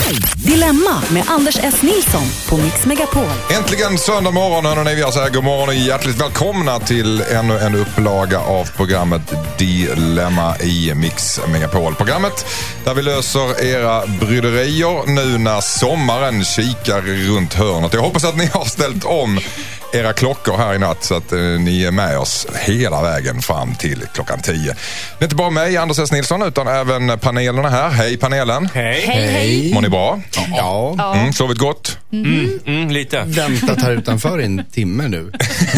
Dilemma med Anders S. Nilsson på Mix Megapol. Äntligen söndag morgon, hörni, vi säger god morgon och hjärtligt välkomna till ännu en upplaga av programmet Dilemma i Mix Megapol. Programmet där vi löser era bryderier nu när sommaren kikar runt hörnet. Jag hoppas att ni har ställt om era klockor här i natt så att ni är med oss hela vägen fram till klockan 10. Det är inte bara mig, Anders S. Nilsson, utan även panelerna här. Hej panelen. Hej. Hej. Mår ni bra? Ja. Sovit gott? Lite. Väntat här utanför en timme nu.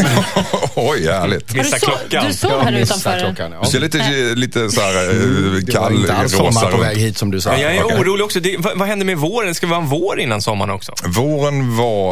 Oj, härligt. Missa klockan. Du sov här utanför? Klockan, Du ser lite så här kall, inte alls rosa sommar på runt. väg hit som du sa. Jag är orolig också. Vad händer med våren? Ska vi ha en vår innan sommaren också? Våren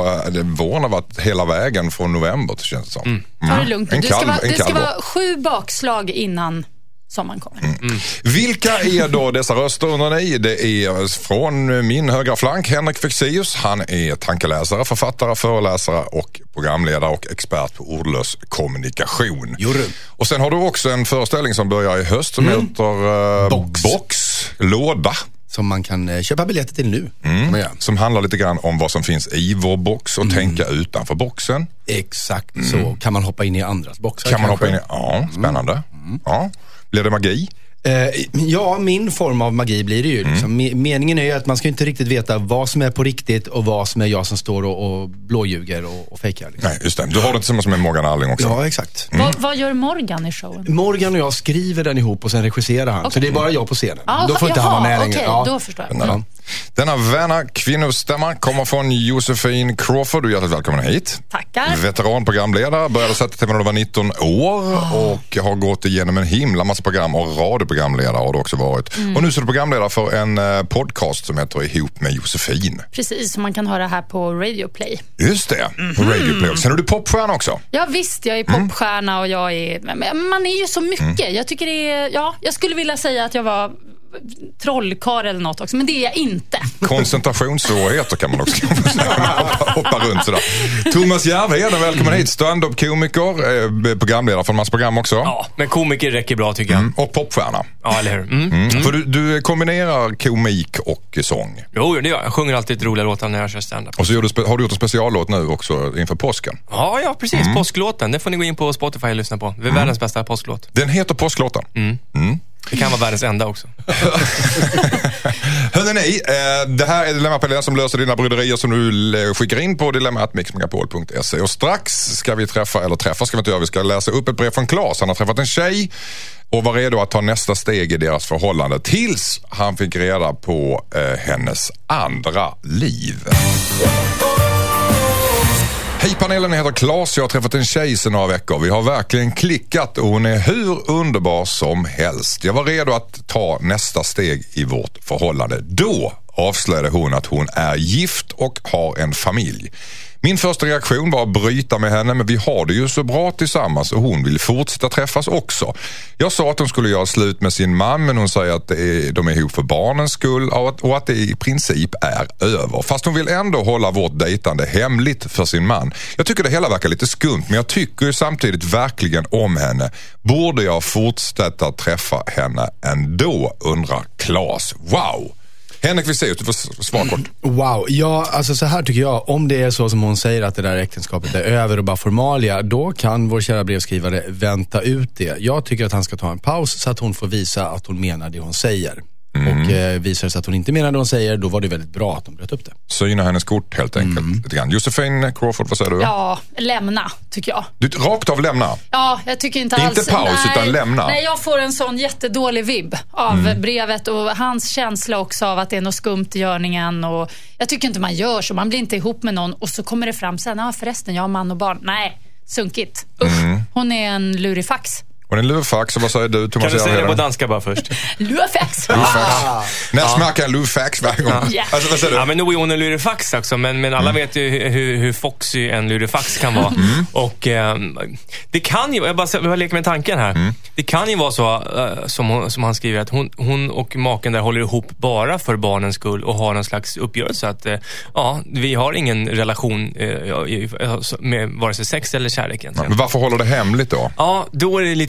har varit hela vägen från november, det känns det som. Ta det lugnt. En Det ska kall vår. vara 7 bakslag innan sommaren kommer. Vilka är då dessa röster, undrar ni? Det är från min högra flank, Henrik Fexeus. Han är tankeläsare, författare, föreläsare och programledare och expert på ordlös kommunikation. Och sen har du också en föreställning som börjar i höst som heter Box, låda. Som man kan köpa biljetter till nu. Som handlar lite grann om vad som finns i vår box och tänka utanför boxen. Exakt, så kan man hoppa in i andras boxar. Kan man hoppa in i? Ja, spännande. Ja. Blir det magi? Ja, min form av magi blir det ju. Liksom. Meningen är ju att man ska inte riktigt veta vad som är på riktigt och vad som är jag som står och blåljuger och fejkar. Liksom. Nej, just det. Du har det tillsammans med Morgan Alling också. Ja, exakt. Vad gör Morgan i showen? Morgan och jag skriver den ihop och sen regisserar han. Så det är bara jag på scenen. Då får inte han vara med längre. Okej, då förstår jag. Denna vänna kvinnostämma kommer från Josefin Crawford. Du är hjärtligt välkommen hit. Tackar. Veteranprogramledare, började sätta till när du var 19 år och har gått igenom en himla massa program och radioprogramledare har du också varit. Och nu så är du programledare för en podcast som heter Ihop med Josefin. Precis, som man kan höra här på Radio Play. Just det, på Radio Play. Sen är du popstjärna också. Ja visst, jag är popstjärna och jag är... Man är ju så mycket. Jag tycker det är... Ja, jag skulle vilja säga att jag var trollkarl eller något också, men det är jag inte. Koncentrationssvårigheter kan man också hoppa runt sådär. Thomas Järvheden, välkommen hit. Stand-up-komiker, programledare för en massa program också. Ja, men komiker räcker bra tycker jag. Och popstjärna. Ja, eller hur? För du kombinerar komik och sång. Jo, det gör jag. Jag sjunger alltid roliga låtar när jag kör stand-up. Och så har du gjort en speciallåt nu också inför påsken. Ja, precis. Påsklåten. Det får ni gå in på Spotify och lyssna på. Det är världens bästa påsklåt. Den heter Påsklåten. Det kan vara världens enda också. Hörrni, det här är Dilemma-panelen som löser dina bryderier som du skickar in på dilemma@mixmegapol.se. Och strax ska vi träffa ska vi inte göra. Vi ska läsa upp ett brev från Claes. Han har träffat en tjej och var redo att ta nästa steg i deras förhållande tills han fick reda på hennes andra liv. Hej panelen, jag heter Claes. Jag har träffat en tjej sedan några veckor. Vi har verkligen klickat och hon är hur underbar som helst. Jag var redo att ta nästa steg i vårt förhållande. Då avslöjade hon att hon är gift och har en familj. Min första reaktion var att bryta med henne, men vi har det ju så bra tillsammans och hon vill fortsätta träffas också. Jag sa att hon skulle göra slut med sin man, men hon säger att de är ihop för barnens skull och att det i princip är över. Fast hon vill ändå hålla vårt dejtande hemligt för sin man. Jag tycker det hela verkar lite skumt, men jag tycker ju samtidigt verkligen om henne. Borde jag fortsätta träffa henne ändå, undrar Claes. Wow! Henrik Fexeus, du får svara kort. Wow, ja, alltså så här tycker jag. Om det är så som hon säger att det där äktenskapet är över och bara formalia, då kan vår kära brevskrivare vänta ut det. Jag tycker att han ska ta en paus så att hon får visa att hon menar det hon säger. Och visar det sig att hon inte menar det hon säger, då var det väldigt bra att de bröt upp det. Syna hennes kort helt enkelt. Lite grann. Josefin Crawford, vad säger du? Ja, lämna tycker jag. Du rakt av lämna? Ja, jag tycker inte alls... Inte paus utan lämna? Nej, jag får en sån jättedålig vibb av brevet och hans känsla också av att det är något skumt i görningen. Och jag tycker inte man gör så. Man blir inte ihop med någon och så kommer det fram sen, förresten, jag har man och barn. Nej, sunkigt. Hon är en lurifax. Och en lurfax, och vad säger du, Thomas? Kan du säga det på danska bara först? Lurfax. När smakar en lurfax varje gång? Alltså, vad säger du? Ja, men nog är hon en lurifax också. Men alla vet ju hur foxy en lurifax kan vara. Och det kan ju, jag bara leker med tanken här. Det kan ju vara så, som han skriver, att hon och maken där håller ihop bara för barnens skull och har en slags uppgörelse att vi har ingen relation med vare sig sex eller kärlek egentligen. Men varför håller det hemligt då? Ja, då är det lite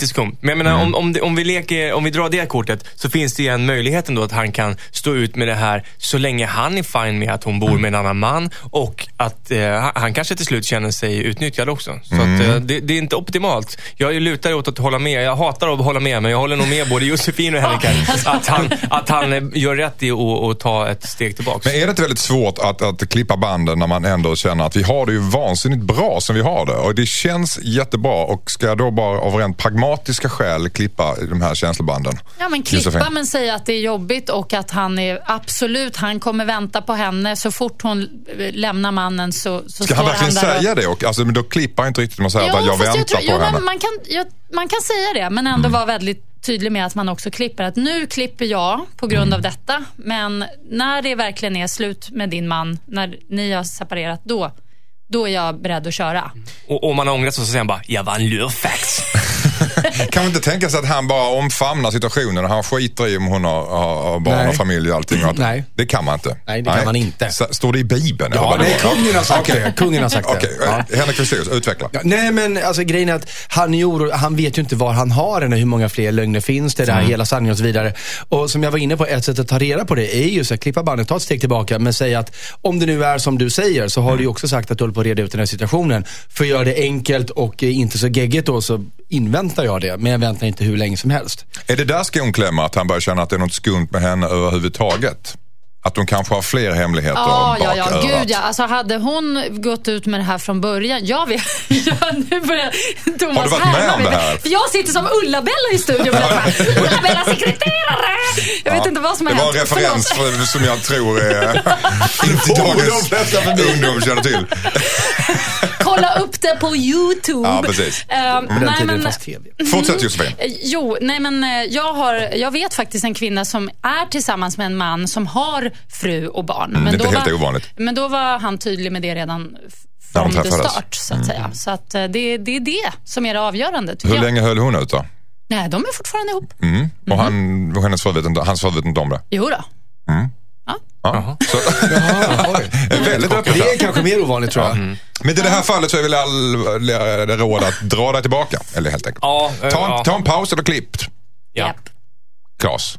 jätteskumt. Men jag menar, om vi drar det kortet, så finns det ju en möjlighet ändå att han kan stå ut med det här så länge han är fine med att hon bor med en annan man, och att han kanske till slut känner sig utnyttjad också. Så att, det är inte optimalt. Jag lutar åt att hålla med. Jag hatar att hålla med, men jag håller nog med både Josefin och Henrik att han gör rätt i att ta ett steg tillbaka. Men är det inte väldigt svårt att klippa banden när man ändå känner att vi har det ju vansinnigt bra som vi har det, och det känns jättebra, och ska jag då bara av rent pragmatiska skäl klippa de här känslobanden? Ja, men klippa, men säga att det är jobbigt och att han han kommer vänta på henne så fort hon lämnar mannen, så ska han verkligen säga det? Och, alltså, men då klippar inte riktigt man säger att jag väntar på henne. Man kan säga det, men ändå vara väldigt tydlig med att man också klipper. Att nu klipper jag på grund av detta, men när det verkligen är slut med din man, när ni har separerat, då är jag beredd att köra. Och om man har ångrat så säger han bara, jag var en lurfax. Kan man inte tänka sig att han bara omfamnar situationen och han skiter i om hon har barn och familj och allting? Nej. Det kan man inte. Nej, det kan man inte. Står det i Bibeln? Ja, nej, kungen har sagt det. Kungen har sagt det. Okej. Henrik Fexeus, utveckla. Ja, nej, men alltså grejen är att han är orolig. Han vet ju inte var han har henne, hur många fler lögner finns det där, hela sanningen och så vidare. Och som jag var inne på, ett sätt att ta reda på det är ju så att klippa bandet, ta ett steg tillbaka, men säga att om det nu är som du säger, så har du ju också sagt att du håller på att reda ut den här situationen. För att göra det enkelt och inte så geggigt då, så inväntar jag det, men jag väntar inte hur länge som helst. Är det där skon klämmer, att han börjar känna att det är något skumt med henne överhuvudtaget? Att de kanske har fler hemligheter gud ja. Alltså hade hon gått ut med det här från början, jag vet. Nu börjar Thomas. Har du varit med om det här? För jag sitter som Ulla-Bella i studion. Ulla-Bella sekreterare. Jag vet inte vad som har hänt. Det var en referens som jag tror är inte dagens ungdom känner till. Kolla upp det på YouTube. Ja, precis. Fortsätt Josefin. Jag vet faktiskt en kvinna som är tillsammans med en man som har fru och barn. Men det är inte helt ovanligt. Men då var han tydlig med det redan från the start, så att säga. Så att det är det som är det avgörande, tycker jag. Hur länge höll hon ut då? Nej, de är fortfarande ihop. Och hans fru vet inte om det? Jo då. Ja. Så, väldigt öppet. Det är kanske mer ovanligt, tror jag. Men i det här fallet så är väl all råd att dra dig tillbaka, eller helt enkelt. Ta en paus eller klippt. Ja. Klas.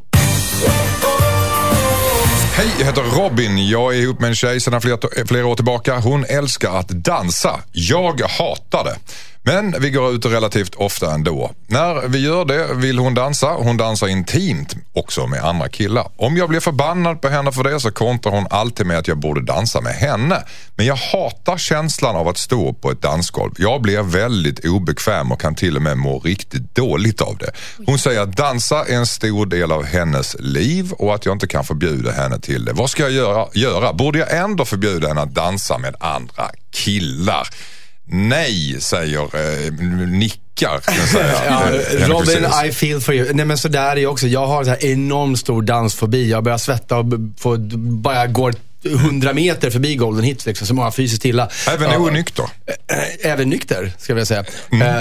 Hej, jag heter Robin. Jag är ihop med en tjej sedan flera år tillbaka. Hon älskar att dansa. Jag hatar det. Men vi går ut relativt ofta ändå. När vi gör det vill hon dansa. Hon dansar intimt också med andra killar. Om jag blir förbannad på henne för det så kontrar hon alltid med att jag borde dansa med henne. Men jag hatar känslan av att stå på ett dansgolv. Jag blir väldigt obekväm och kan till och med må riktigt dåligt av det. Hon säger att dansa är en stor del av hennes liv och att jag inte kan förbjuda henne till det. Vad ska jag göra? Borde jag ändå förbjuda henne att dansa med andra killar? Nej, säger nickar. Robin, I feel for you. Nej, men så där är också. Jag har så här enormt stor dansfobi. Jag börjar svetta och bara går 100 meter förbi Golden Hits liksom, så många fysiskt illa. Även onykter? Även nykter, ska jag säga.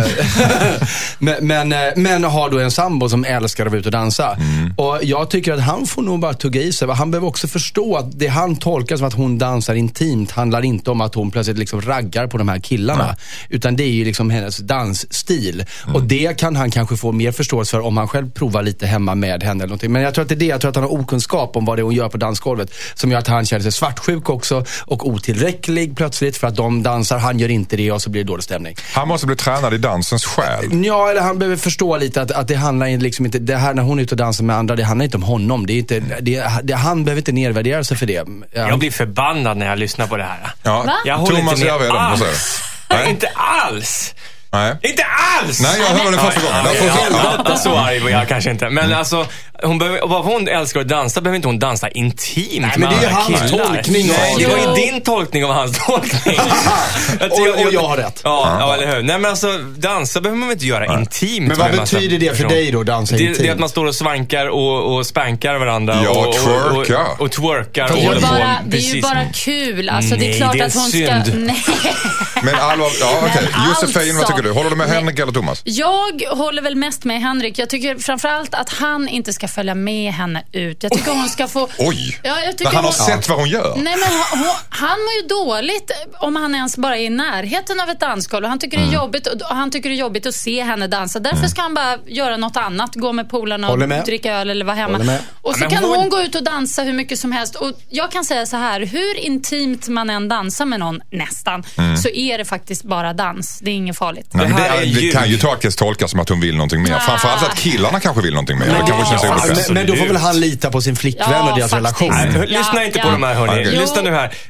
Men har då en sambo som älskar att vara ute och dansa. Och jag tycker att han får nog bara tugga i sig. Han behöver också förstå att det han tolkar som att hon dansar intimt handlar inte om att hon plötsligt liksom raggar på de här killarna. Utan det är ju liksom hennes dansstil. Och det kan han kanske få mer förståelse för om han själv provar lite hemma med henne eller någonting. Men jag tror att det är det. Jag tror att han har okunskap om vad det är hon gör på dansgolvet som gör att han känner sig svartsjuk också och otillräcklig plötsligt för att de dansar, han gör inte det och så blir det dålig stämning. Han måste bli tränad i dansens själ. Ja, eller han behöver förstå lite att det handlar liksom inte, det här när hon är ute och dansar med andra, det handlar inte om honom. Det är inte, han behöver inte nedvärdera sig för det. Jag blir förbannad när jag lyssnar på det här. Ja. Jag håller Thomas inte med alls. Inte alls. Nej. Inte alls! Nej, jag hörde det första gången. Så arg var jag kanske inte. Men alltså, hon älskar att dansa, behöver inte hon dansa intimt. Nej, men det är ju hans tolkning. Nej, det var ju din tolkning av hans tolkning. och jag har rätt. Ja, eller hur? Nej, men alltså, dansa behöver man inte göra intimt. Men vad betyder det för dig då, dansa intimt? Det är att man står och svankar och spankar varandra. Ja, och twerkar. Och twerkar. Det är ju bara kul. Alltså, det är klart att hon ska... Nej. Men allvar, okej. Josefin, vad tycker tycker du? Håller du med Henrik eller Thomas? Jag håller väl mest med Henrik. Jag tycker framförallt att han inte ska följa med henne ut. Jag tycker hon ska få... Oj! Ja, jag tycker han har sett vad hon gör. Nej, men han mår ju dåligt om han ens bara är i närheten av ett dansgolv. Han tycker det är jobbigt, och han tycker det är jobbigt att se henne dansa. Därför ska han bara göra något annat. Gå med polarna och dricka öl eller vara hemma. Och så kan hon gå ut och dansa hur mycket som helst. Och jag kan säga så här, hur intimt man än dansar med någon nästan, så är det faktiskt bara dans. Det är inget farligt. Nej, det kan ju tolkas som att hon vill någonting mer. Framförallt att killarna kanske vill någonting mer. Det kanske känns men då får väl han lita på sin flickvän och deras relation. Lyssna inte på de här, hörni. Lyssna nu här.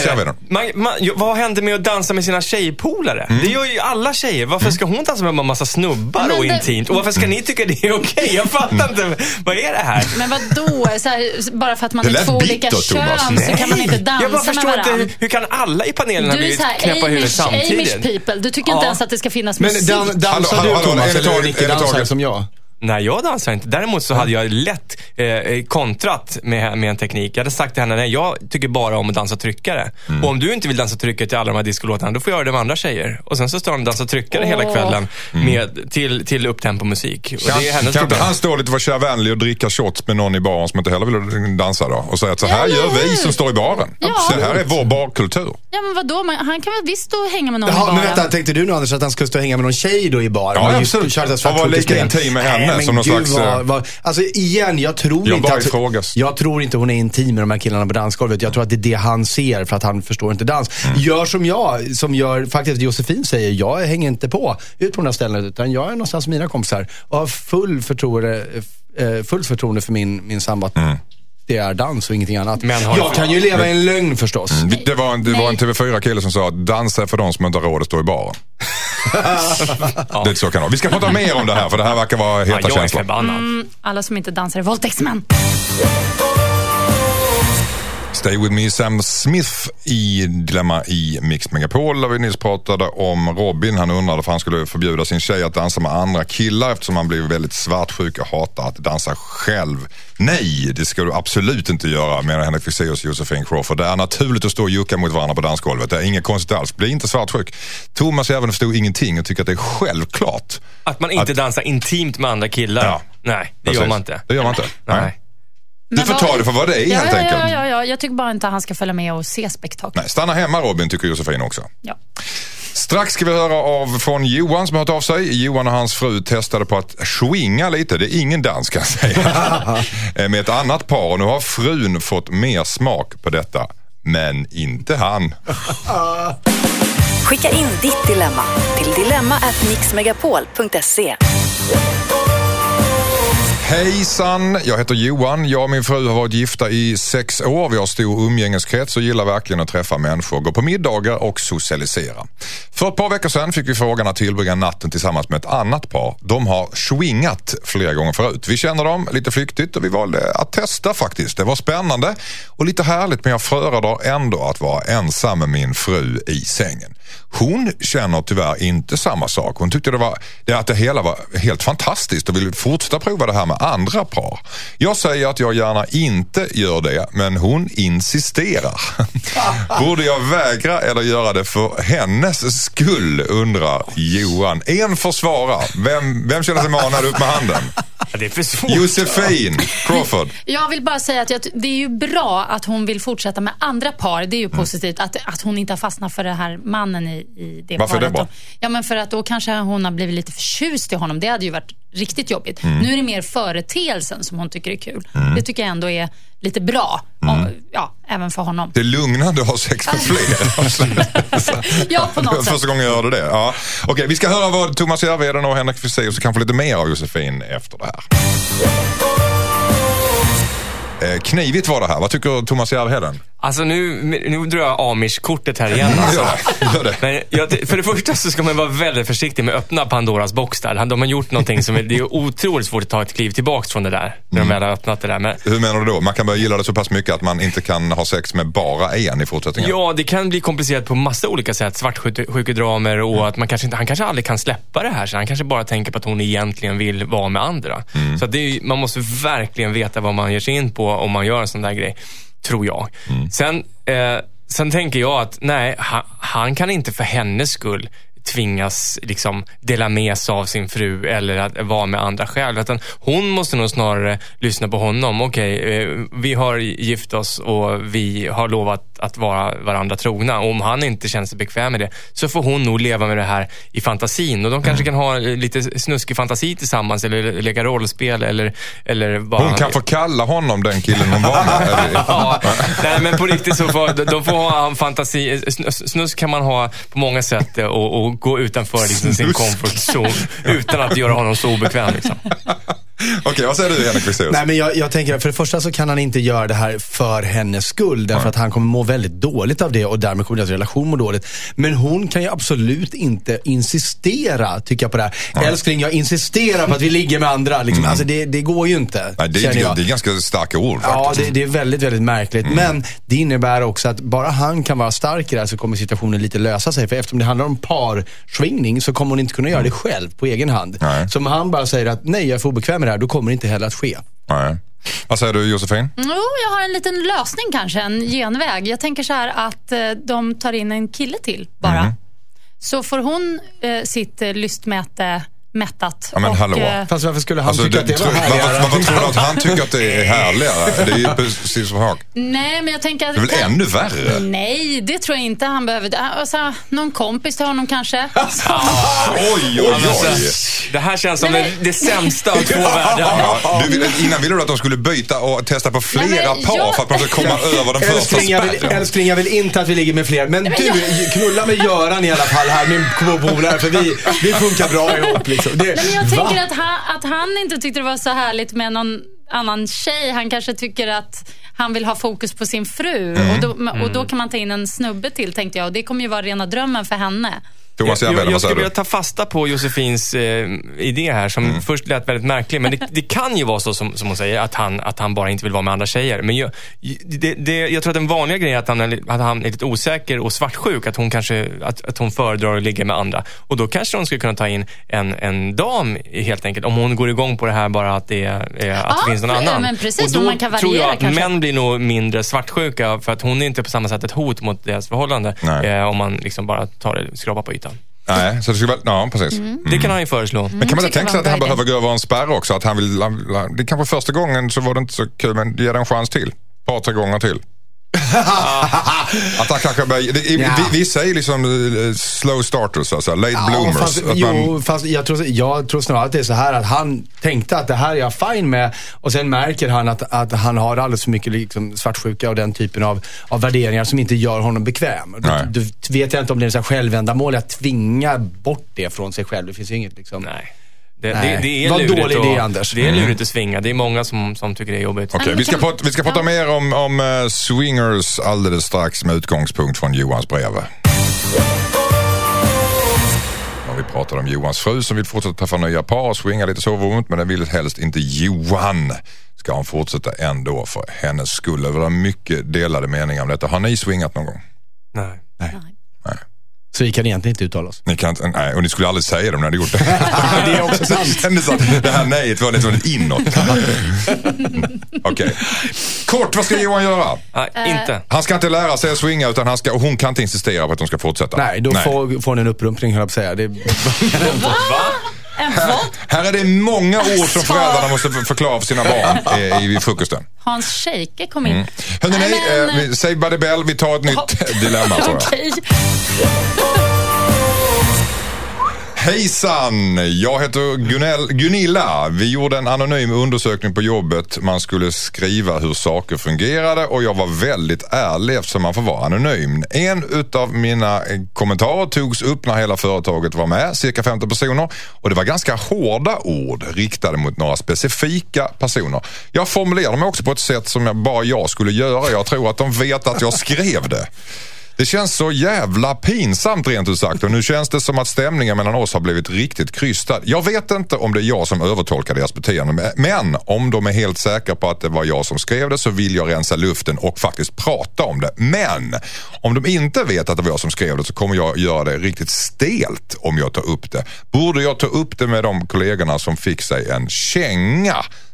Vad händer med att dansa med sina tjejpolare? Det gör ju alla tjejer. Varför ska hon dansa med en massa snubbar och intimt? Och varför ska ni tycka det är okej? Jag fattar inte. Vad är det här? Men vadå? Bara för att man är två olika kön så kan man inte dansa med varandra. Inte, hur kan alla i panelen ha blivit knäppa huvudet samtidigt? Amish people. Du tycker inte ens att det ska finnas musik. Men dansar du, Thomas, eller Nicky dansar som jag? Nej, jag dansar inte. Däremot så hade jag lätt kontrat med en teknik. Jag hade sagt till henne, nej, jag tycker bara om att dansa tryckare. Och om du inte vill dansa tryckare till alla de här discolåtarna, då får jag göra det med andra tjejer. Och sen så står han och dansar tryckare hela kvällen till upptempo musik. Och det är hennes problem. Han står lite för kärvänlig och dricka shots med någon i baren som inte heller vill dansa då. Och säga att så här gör vi som står i baren. Så här är vår barkultur. Ja, men vadå? Han kan väl visst stå och hänga med någon i baren. Men vänta, tänkte du nu, Anders, att han skulle stå och hänga med någon tjej då i baren? Ja, absolut. Och var lika intim med henne som någon slags... Alltså igen, jag tror inte hon är intim med de här killarna på dansgolvet. Jag tror att det är det han ser, för att han förstår inte dans. Gör som jag, som gör faktiskt Josefin säger, jag hänger inte på ut på de här ställena, utan jag är någonstans med mina kompisar och har fullt förtroende för min sambo. Det är dans och ingenting annat. Jag kan ju leva i en lögn förstås. Det var en TV4-kille som sa att dansa för de som inte har råd att stå i baren. Det är så kan det vara. Vi ska prata mer om det här, för det här verkar vara heta känslor. Alla som inte dansar är våldtäktsmän. Stay with me, Sam Smith i Dilemma i Mix Megapol, där vi nyss pratade om Robin. Han undrade för han skulle förbjuda sin tjej att dansa med andra killar eftersom han blev väldigt svartsjuk och hatar att dansa själv. Nej, det ska du absolut inte göra, menar Henrik Fexeus och Josefin Crawford. Det är naturligt att stå och jucka mot varandra på dansgolvet. Det är inget konstigt alls. Bli inte svartsjuk. Thomas även förstod ingenting och tycker att det är självklart. Att man inte dansar intimt med andra killar? Ja. Nej, det gör man inte. Det gör man inte. Nej. Du får ta det för vad det är helt enkelt. Ja, jag tycker bara inte att han ska följa med och se spektakel. Nej, stanna hemma Robin, tycker Josefin också. Ja. Strax ska vi höra från Johan som har hört av sig. Johan och hans fru testade på att swinga lite. Det är ingen dans kan jag säga. Med ett annat par. Och nu har frun fått mer smak på detta. Men inte han. Skicka in ditt dilemma till dilemma@mixmegapol.se. Hejsan, jag heter Johan. Jag och min fru har varit gifta i 6 år. Vi har stor umgängeskrets och gillar verkligen att träffa människor, gå på middagar och socialisera. För ett par veckor sedan fick vi frågan att tillbringa natten tillsammans med ett annat par. De har swingat flera gånger förut. Vi känner dem lite flyktigt och vi valde att testa faktiskt. Det var spännande och lite härligt, men jag föredrar ändå att vara ensam med min fru i sängen. Hon känner tyvärr inte samma sak. Hon tyckte att det hela var helt fantastiskt och vill fortsätta prova det här med andra par. Jag säger att jag gärna inte gör det, men hon insisterar. Borde jag vägra eller göra det för hennes skull, undrar Johan. En försvara. Vem känner sig manad upp med handen? Det är för svårt. Josefin Crawford. Jag vill bara säga att det är ju bra att hon vill fortsätta med andra par. Det är ju positivt att hon inte har fastnat för det här mannen i det Varför paret. Varför det bra? Ja, men för att då kanske hon har blivit lite förtjust i honom. Det hade ju varit riktigt jobbigt. Nu är det mer företeelsen som hon tycker är kul. Det tycker jag ändå är lite bra. Ja, även för honom. Det är lugnande att ha sex med fler. Ja, på något sätt. Första gången jag hörde det. Ja. Okej, vi ska höra vad Thomas Järvheden och Henrik Fexeus, så kan få lite mer av Josefin efter det här. Knivigt var det här. Vad tycker Thomas Järvheden? Alltså nu drar jag Amish-kortet här igen. Alltså. Men för det första så ska man vara väldigt försiktig med att öppna Pandoras box där. De har gjort någonting som det är otroligt svårt att ta ett kliv tillbaks från det där. När de väl har öppnat det där. Men hur menar du då? Man kan börja gilla det så pass mycket att man inte kan ha sex med bara en i fortsättningen? Ja, det kan bli komplicerat på massa olika sätt. Svartsjukedramer och att han kanske aldrig kan släppa det här. Så han kanske bara tänker på att hon egentligen vill vara med andra. Så att man måste verkligen veta vad man ger sig in på om man gör en sån där grej. Tror jag. Sen tänker jag att nej, han kan inte för hennes skull tvingas liksom dela med sig av sin fru eller att vara med andra själv. Utan hon måste nog snarare lyssna på honom. Okej, vi har gift oss och vi har lovat att vara varandra trogna. Och om han inte känner sig bekväm med det, så får hon nog leva med det här i fantasin. Och de kanske kan ha lite snuskig fantasi tillsammans, eller lägga rollspel, eller bara... Hon kan få kalla honom den killen hon var med. Ja, nej, men på riktigt så de får ha en fantasi. Snusk kan man ha på många sätt och gå utanför liksom sin comfort zone utan att göra honom så obekväm liksom. Okej, vad säger du, Henrik Fexeus? Nej, men jag tänker att för det första så kan han inte göra det här för hennes skull, därför att han kommer må väldigt dåligt av det och därmed kommer deras relation må dåligt. Men hon kan ju absolut inte insistera, tycker jag, på det här. Älskling, jag insisterar på att vi ligger med andra. Liksom. Alltså det går ju inte. Nej, det är ganska starka ord faktiskt. Ja, det är väldigt, väldigt märkligt. Men det innebär också att bara han kan vara stark i det här, så kommer situationen lite lösa sig. För eftersom det handlar om parsvingning så kommer hon inte kunna göra det själv på egen hand. Nej. Så om han bara säger att nej, jag är för obekväm med det här, då kommer det inte heller att ske. Nej. Vad säger du, Josefin? Jo, jag har en liten lösning kanske, en genväg. Jag tänker så här att de tar in en kille till bara. Så får hon sitt lystmäte mättat. Ja, men hallå. Fast varför skulle han tycka att det var härligare? Varför tror du att han tycker att det är härligare? Det är ju precis som Hag. Nej, men jag tänker att... Det är väl ännu värre? Nej, det tror jag inte han behöver. Alltså, någon kompis till honom kanske. Oj. Det här känns som det sämsta av två världar. Ja, innan ville du att de skulle byta och testa på flera par för att man ska komma över den första spärren. Älskling, jag vill inte att vi ligger med fler. Men du, knulla med Göran i alla fall här, min polare, för vi funkar bra ihop liksom. Men jag tänker att han inte tyckte det var så härligt med någon annan tjej. Han kanske tycker att han vill ha fokus på sin fru. Och då kan man ta in en snubbe till, tänkte jag. Och det kommer ju vara rena drömmen för henne. Jag skulle vilja ta fasta på Josefins idé här som först lät väldigt märklig, men det kan ju vara så som hon säger att han bara inte vill vara med andra tjejer, men jag tror att den vanliga grejen är att han är lite osäker och svartsjuk, att hon kanske att hon föredrar att ligga med andra, och då kanske hon skulle kunna ta in en dam helt enkelt, om hon går igång på det här bara att det finns någon annan. Men precis, och då man kan variera, tror jag att kanske. män blir nog mindre svartsjuka, för att hon är inte på samma sätt ett hot mot deras förhållande om man liksom bara skrapar på ytan. Nej, så det skulle ja, precis. Det kan han ju föreslå. Men kan man inte tänka sig att han behöver gå över en spärr också? Att han vill, det kanske första gången så var det inte så kul, men ge den en chans till. Ett par, 3 gånger till. Att han kanske vi säger liksom slow starters, alltså late bloomers. Fast jag tror snarare att det är så här att han tänkte att det här är jag fine med, och sen märker han att han har alldeles för mycket liksom svartsjuka och den typen av värderingar som inte gör honom bekväm. Då vet jag inte om det är så här självändamål att tvinga bort det från sig själv. Det finns ju inget liksom... Nej. Det är vad lurigt dålig idé, Anders. Det är lurigt att svinga. Det är många som tycker det är jobbigt. Okej, vi ska prata mer om swingers alldeles strax med utgångspunkt från Johans brev. Vi pratade om Johans fru som vill fortsätta träffa nya par och swinga lite sovrummet, men den vill helst inte Johan. Ska hon fortsätta ändå för hennes skull? Det var mycket delade meningar om detta. Har ni swingat någon gång? Nej. Så vi kan egentligen inte uttala oss. Ni kan inte, nej, och ni skulle aldrig säga det om ni hade gjort det. Det är också sant. Det här nejet var liksom ett inåt. Okej. Kort, vad ska Johan göra? Inte. Han ska inte lära sig att swinga, utan och hon kan inte insistera på att de ska fortsätta. Nej, då får hon en upprumpning, höll jag på att säga. Här är det många ord som föräldrarna måste förklara för sina barn i frukosten. Hans Scheike kom in. Hörrni, säg Badibel, vi tar ett nytt dilemma, tror jag. Okej. Hejsan, jag heter Gunilla. Vi gjorde en anonym undersökning på jobbet. Man skulle skriva hur saker fungerade och jag var väldigt ärlig eftersom man får vara anonym. En utav mina kommentarer togs upp när hela företaget var med, cirka 50 personer. Och det var ganska hårda ord riktade mot några specifika personer. Jag formulerade mig också på ett sätt som bara jag skulle göra. Jag tror att de vet att jag skrev det. Det känns så jävla pinsamt rent ut sagt, och nu känns det som att stämningen mellan oss har blivit riktigt krystad. Jag vet inte om det är jag som övertolkar deras beteende, men om de är helt säkra på att det var jag som skrev det så vill jag rensa luften och faktiskt prata om det. Men om de inte vet att det var jag som skrev det så kommer jag göra det riktigt stelt om jag tar upp det. Borde jag ta upp det med de kollegorna som fick sig en känga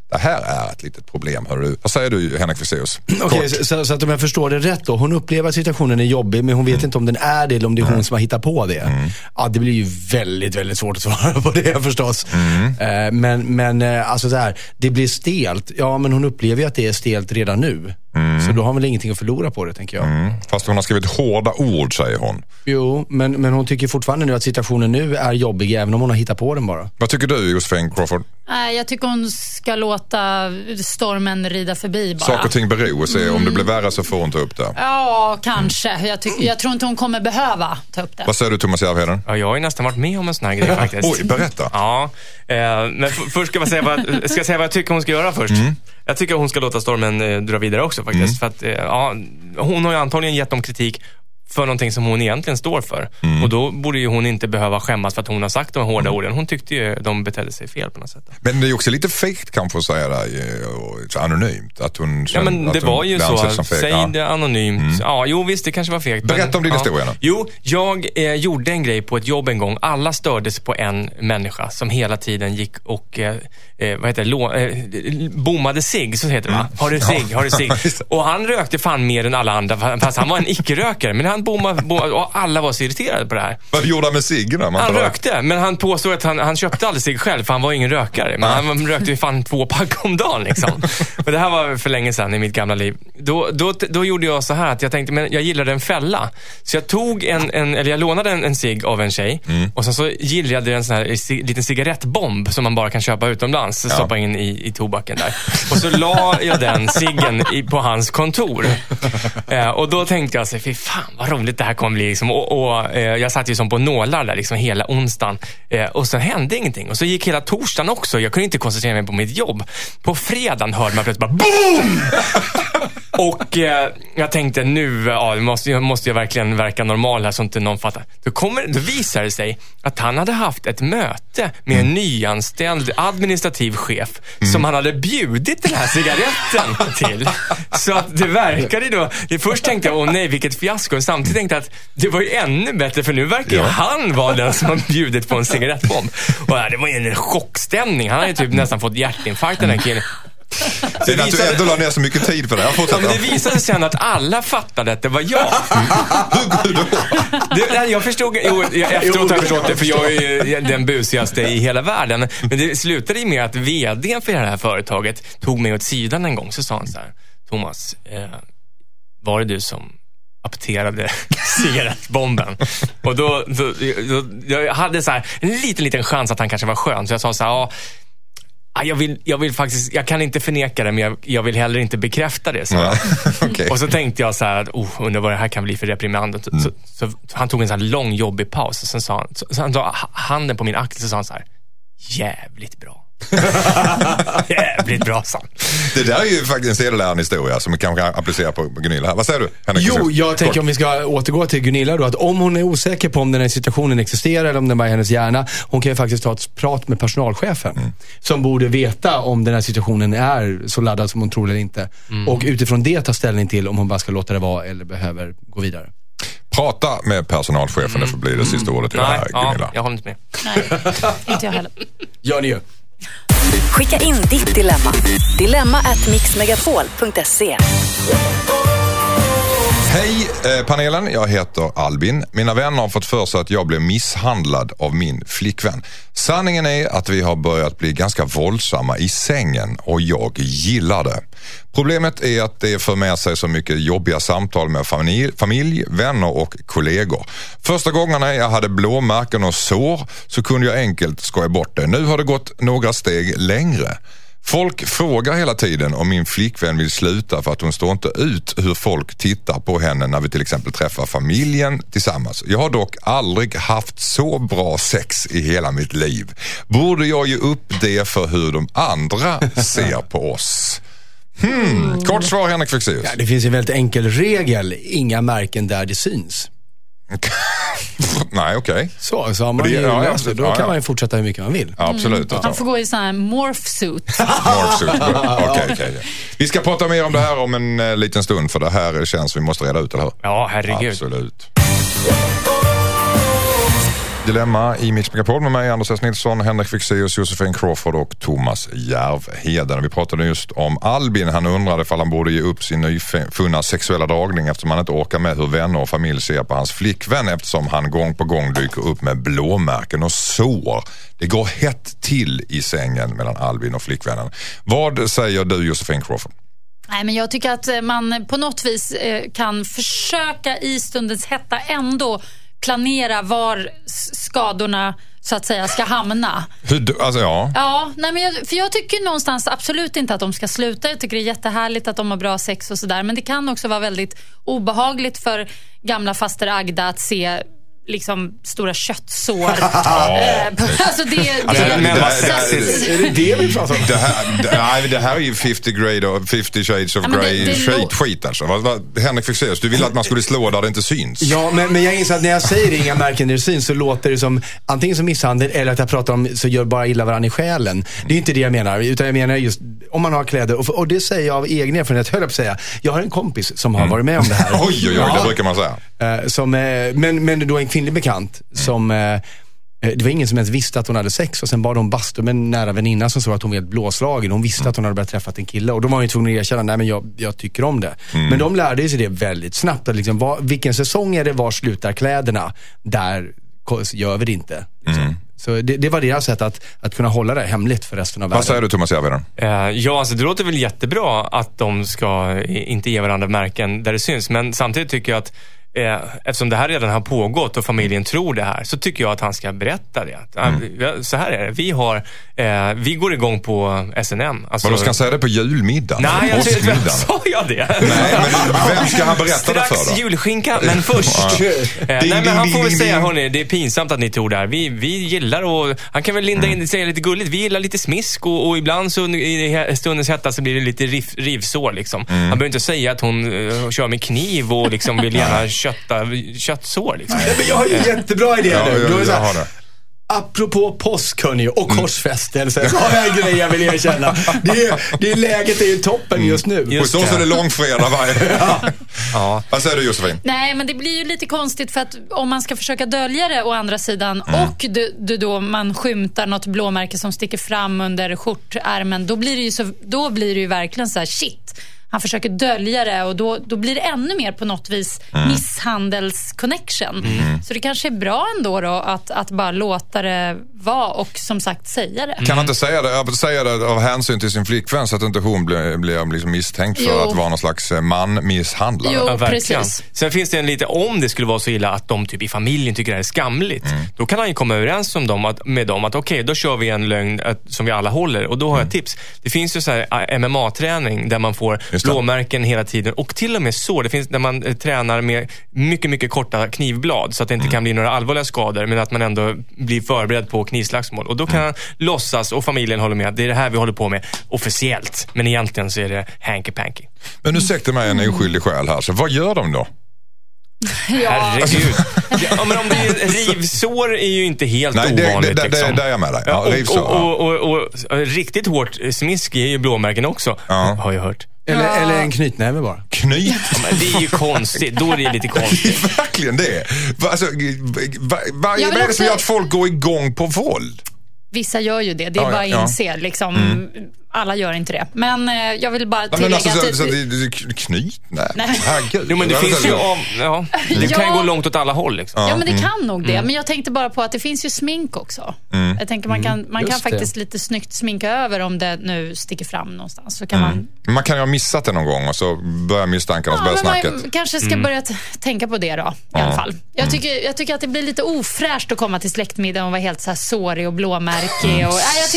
Det här är ett litet problem, hör du. Vad säger du, Henrik Fexeus? Okej, så att om jag förstår det rätt då. Hon upplever att situationen är jobbig, men hon vet inte om den är det eller om det är hon som har hittat på det. Ja, det blir ju väldigt, väldigt svårt att svara på det förstås. Men alltså så här, det blir stelt. Ja, men hon upplever ju att det är stelt redan nu. Så då har hon väl ingenting att förlora på det, tänker jag. Fast hon har skrivit hårda ord, säger hon. Jo, men hon tycker fortfarande nu att situationen nu är jobbig, även om hon har hittat på den bara. Vad tycker du, Josefin Crawford? Jag tycker hon ska låta stormen rida förbi bara. Saker och ting beror och se om det blir värre så får hon ta upp det. Ja, kanske. Jag tror inte hon kommer behöva ta upp det. Vad säger du, Thomas Järvheden? Ja, jag har ju nästan varit med om en sån här grej faktiskt. Oj, berätta. Ja, men först ska jag säga vad jag tycker hon ska göra först. Jag tycker hon ska låta stormen dra vidare också faktiskt. För att hon har ju antagligen gett dem kritik för någonting som hon egentligen står för. Och då borde ju hon inte behöva skämmas för att hon har sagt de hårda orden. Hon tyckte ju de betedde sig fel på något sätt. Men det är också lite fegt kanske att säga det anonymt. Att hon, ja, men det var ju så. Säg det anonymt. Ja, jo visst, det kanske var fegt. Berätta om din historia nu. Jo, jag gjorde en grej på ett jobb en gång. Alla stördes på en människa som hela tiden gick och bommade sig, så heter det va? Har du sig? Och han rökte fan mer än alla andra, fast han var en icke-rökare. Men han bommade och alla var så irriterade på det här. Vad gjorde han med ciggarna? Han rökte, men han påstod att han köpte aldrig sig själv, för han var ingen rökare. Men han rökte ju fan 2 pack om dagen liksom. Och det här var för länge sedan i mitt gamla liv. Då gjorde jag så här att jag tänkte, men jag gillade en fälla. Så jag tog jag lånade en cigg av en tjej. Och sen så gillade jag en sån här liten cigarettbomb som man bara kan köpa utomlands. Stoppa in i tobaken där. Och så la jag den ciggen på hans kontor. Och då tänkte jag så, fy fan vad roligt det här kommer bli liksom. Och jag satt ju som på nålar där liksom hela onsdagen. Och så hände ingenting. Och så gick hela torsdagen också. Jag kunde inte koncentrera mig på mitt jobb. På fredagen hörde man plötsligt bara BOOM! Och jag tänkte nu måste jag verkligen verka normal här så inte någon fattar. Då visade det sig att han hade haft ett möte med en nyanställd administrativ chef som han hade bjudit den här cigaretten till. Så att det verkade då. Först tänkte jag, åh nej, vilket fiasko. Samtidigt tänkte jag att det var ju ännu bättre, för nu verkar ju han vara den som har bjudit på en cigarettbomb. Och det var ju en chockstämning. Han hade ju typ nästan fått hjärtinfarkt, den här killen. Det är att du ändå la ner så mycket tid för det. Men det visade sig att alla fattade att det var jag. Hur då? Jag förstod, efteråt har jag förstått det, för jag är ju den busigaste i hela världen. Men det slutade ju med att vdn för det här företaget tog mig åt sidan en gång. Så sa han så här: Thomas, var det du som apterade cigarettbomben? Och då jag hade så här en liten chans att han kanske var skön. Så jag sa så här, jag vill faktiskt, jag kan inte förneka det, men jag vill heller inte bekräfta det. Så. Okay. Och så tänkte jag så här, undrar vad det här kan bli för reprimand. Så han tog en sån här lång jobbig paus. Och sen sa han sa handen på min axel, så sa han så här: jävligt bra. Jävligt bra, sant. Det där är ju faktiskt en sedelärande historia som vi kanske kan applicera på Gunilla här. Vad säger du, Henrik? Jo, jag tänker om vi ska återgå till Gunilla då, att om hon är osäker på om den här situationen existerar eller om den bara är hennes hjärna, hon kan ju faktiskt ta ett prat med personalchefen som borde veta om den här situationen är så laddad som hon tror eller inte. Och utifrån det ta ställning till om hon bara ska låta det vara eller behöver gå vidare. Prata med personalchefen, det får bli det sista ordet i det här, Gunilla. Jag håller inte med. Nej, inte jag heller. Gör ni ju. Skicka in ditt dilemma. dilemma@mixmegapol.se. Hej panelen, jag heter Albin. Mina vänner har fått för sig att jag blev misshandlad av min flickvän. Sanningen är att vi har börjat bli ganska våldsamma i sängen och jag gillar det. Problemet är att det för med sig så mycket jobbiga samtal med familj, vänner och kollegor. Första gångerna jag hade blåmärken och sår så kunde jag enkelt skoja bort det. Nu har det gått några steg längre. Folk frågar hela tiden om min flickvän vill sluta för att hon står inte ut hur folk tittar på henne när vi till exempel träffar familjen tillsammans. Jag har dock aldrig haft så bra sex i hela mitt liv. Borde jag ge upp det för hur de andra ser på oss? Kort svar, Henrik Fexeus. Ja, det finns en väldigt enkel regel. Inga märken där det syns. Nej, okej. Så har man ju löst det. Då kan man ju fortsätta hur mycket man vill. Ja, absolut. Han får gå i sån här morphsuit. Okej. Vi ska prata mer om det här om en liten stund, för det här känns vi måste reda ut, eller hur? Ja, herregud. Absolut. Dilemma i Mix Megapol med mig, Anders S. Nilsson, Henrik Fexeus, Josefin Crawford och Thomas Järvheden. Vi pratade just om Albin. Han undrade ifall han borde ge upp sin nyfunna sexuella dragning eftersom han inte orkar med hur vänner och familj ser på hans flickvän eftersom han gång på gång dyker upp med blåmärken och sår. Det går hett till i sängen mellan Albin och flickvännen. Vad säger du, Josefin Crawford? Nej, men jag tycker att man på något vis kan försöka i stundens hetta ändå planera var skadorna så att säga ska hamna. Ja, nej, men jag tycker någonstans absolut inte att de ska sluta. Jag tycker det är jättehärligt att de har bra sex och sådär. Men det kan också vara väldigt obehagligt för gamla faster Agda att se liksom stora köttsår. Alltså det vi pratar om. Det här är ju 50 Shades of Grey skit alltså. Henrik Fexeus, du ville att man skulle slå där det inte syns. Ja, men jag inser att när jag säger inga märken där det syns så låter det som antingen som misshandel eller att jag pratar om så gör bara illa varandra i själen. Det är inte det jag menar, utan jag menar just om man har kläder, och det säger jag av egen erfarenhet, höll jag på att säga. Jag har en kompis som har varit med om det här. Oj, det brukar man säga. Men då en kvinnlig bekant som det var ingen som ens visste att hon hade sex och sen bad hon bastu med en nära väninna som såg att hon var helt blåslagen. Hon visste att hon hade börjat träffat en kille och då var hon ju tvungen att erkänna, nej men jag tycker om det. Men de lärde sig det väldigt snabbt att liksom, vilken säsong är det, var slutar kläderna, där gör vi det inte liksom. Så det var deras sätt att kunna hålla det hemligt för resten av världen. Vad säger du, Thomas Järvheden? Ja, alltså det låter väl jättebra att de ska inte ge varandra märken där det syns. Men samtidigt tycker jag att eftersom det här redan har pågått och familjen tror det här, så tycker jag att han ska berätta det. Så här är det. Vi går igång på SNM. Alltså, men då ska han säga det på julmiddagen? Nej, sa jag det? Nej, men vem ska han berätta det för då? Strax julskinka, men först. Nej, men han får väl säga, hörni, det är pinsamt att ni tror det här. Vi gillar, och han kan väl linda in säga lite gulligt. Vi gillar lite smisk och ibland så i stundens hetta så blir det lite rivsår liksom. Han behöver inte säga att hon kör med kniv och liksom vill gärna köttsår liksom. Men jag har ju jättebra idé nu. Apropå påsk och korsfästelse så har jag en grej jag vill erkänna. Det läget är ju toppen just nu. Och så är det långfredag varje. Ja. Vad säger du, Josefin? Nej, men det blir ju lite konstigt för att om man ska försöka dölja det å andra sidan och då man skymtar något blåmärke som sticker fram under skjortärmen, då blir det ju verkligen så här shit. Han försöker dölja det och då blir det ännu mer på något vis misshandelsconnection. Så det kanske är bra ändå då att bara låta det vara och som sagt säga det. Kan han inte säga det av hänsyn till sin flickvän så att inte hon blir liksom misstänkt för att vara någon slags man-misshandlare? Jo, ja, verkligen. Precis. Sen finns det en lite, om det skulle vara så illa att de typ i familjen tycker det är skamligt, då kan han ju komma överens med dem att okej, då kör vi en lögn som vi alla håller. Och då har jag ett tips. Det finns ju så här MMA-träning där man får blåmärken hela tiden och till och med så, det finns där man tränar med mycket, mycket korta knivblad så att det inte kan bli några allvarliga skador, men att man ändå blir förberedd på knivslagsmål. Och då kan han låtsas, och familjen håller med, att det är det här vi håller på med officiellt, men egentligen så är det hanky-panky. Men nu säkte mig en oskyldig själ här, så vad gör de då? Herregud. Ja, men om det är rivsår är ju inte helt ovanligt. Nej, det är jag med dig. Ja, och riktigt hårt smisk är ju blåmärken också, har jag hört. Eller en knytnäve bara. Knyt? Ja, men det är ju konstigt. Då är det lite konstigt. Det är verkligen det. Alltså, vad är det som gör att folk går igång på våld? Vissa gör ju det. Det är bara att inse liksom. Alla gör inte det. Men jag vill bara tillägga att knyt? Nej. Jo, men det finns ju det kan ju gå långt åt alla håll liksom. Ja, men det kan nog det. Men jag tänkte bara på att det finns ju smink också. Jag tänker man kan faktiskt lite snyggt sminka över om det nu sticker fram någonstans. Så kan man kan ju ha missat det någon gång och så börjar misstankarna och börjar snacket. Man kanske ska börja tänka på det då i alla fall. Jag tycker att det blir lite ofräscht att komma till släktmiddagen och vara helt så här sårig och blåmärke och jag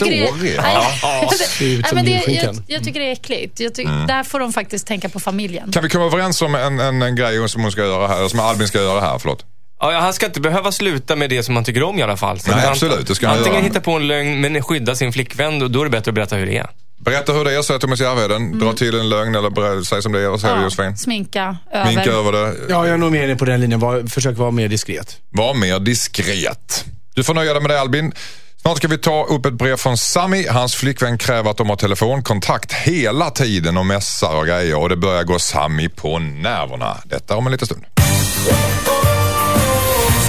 tycker jag tycker det är äckligt. Där får de faktiskt tänka på familjen. Kan vi komma överens om en grej som hon ska göra här, som Albin ska göra här, förlåt? Ja, han ska inte behöva sluta med det som han tycker om i alla fall. Så nej, absolut. Det ska han antingen hitta på en lögn men skydda sin flickvän, då är det bättre att berätta hur det är. Berätta hur det är, säger Thomas Järvheden. Dra till en lögn eller säg som det är. Vad säger du, Josefin? Sminka över det. Ja, jag är nog med på den linjen. Försök vara mer diskret. Var mer diskret. Du får nöja dig med det, Albin. Snart ska vi ta upp ett brev från Sami. Hans flickvän kräver att de har telefonkontakt hela tiden och mässar och grejer. Och det börjar gå Sami på nerverna. Detta om en liten stund.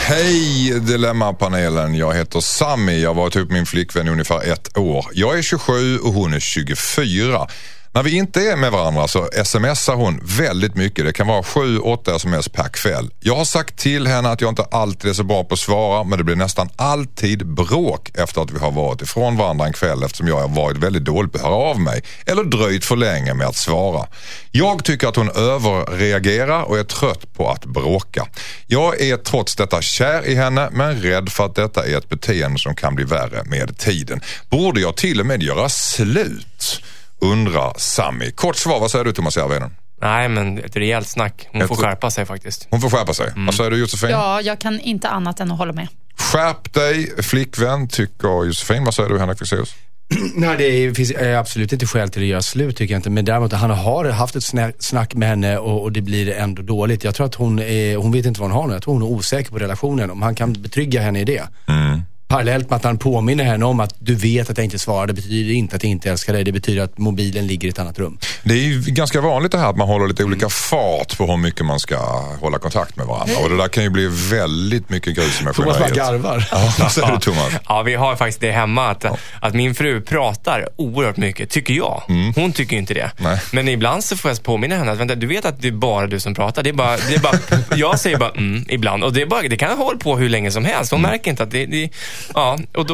Hej Dilemma-panelen, jag heter Sami. Jag har varit ihop med min flickvän i ungefär 1 år. Jag är 27 och hon är 24. När vi inte är med varandra så smsar hon väldigt mycket. Det kan vara 7-8 sms per kväll. Jag har sagt till henne att jag inte alltid är så bra på att svara, men det blir nästan alltid bråk efter att vi har varit ifrån varandra en kväll, eftersom jag har varit väldigt dålig på att höra av mig eller dröjt för länge med att svara. Jag tycker att hon överreagerar och är trött på att bråka. Jag är trots detta kär i henne, men rädd för att detta är ett beteende som kan bli värre med tiden. Borde jag till och med göra slut? Undrar Sami. Kort svar, vad säger du Thomas Järvheden? Nej, men ett rejält snack. Hon får skärpa sig faktiskt. Hon får skärpa sig. Vad säger du Josefin? Ja, jag kan inte annat än att hålla med. Skärp dig, flickvän, tycker Josefin. Vad säger du Henrik Fexeus? Nej, det finns absolut inte skäl till att göra slut tycker jag inte. Men däremot han har haft ett snack med henne och det blir ändå dåligt. Jag tror att hon vet inte vad hon har nu. Jag tror hon är osäker på relationen. Om han kan betrygga henne i det. Parallellt med att han påminner henne om att du vet att jag inte svarar. Det betyder inte att jag inte älskar dig. Det betyder att mobilen ligger i ett annat rum. Det är ju ganska vanligt det här att man håller lite olika fart på hur mycket man ska hålla kontakt med varandra. Och det där kan ju bli väldigt mycket grus med Thomas bara garvar. Ja, vad säger du Thomas? Ja, vi har faktiskt det hemma att min fru pratar oerhört mycket, tycker jag. Hon tycker inte det. Nej. Men ibland så får jag påminna henne att vänta, du vet att det är bara du som pratar. Det är bara jag säger bara ibland. Och det kan hålla på hur länge som helst. Hon märker inte att det ja, och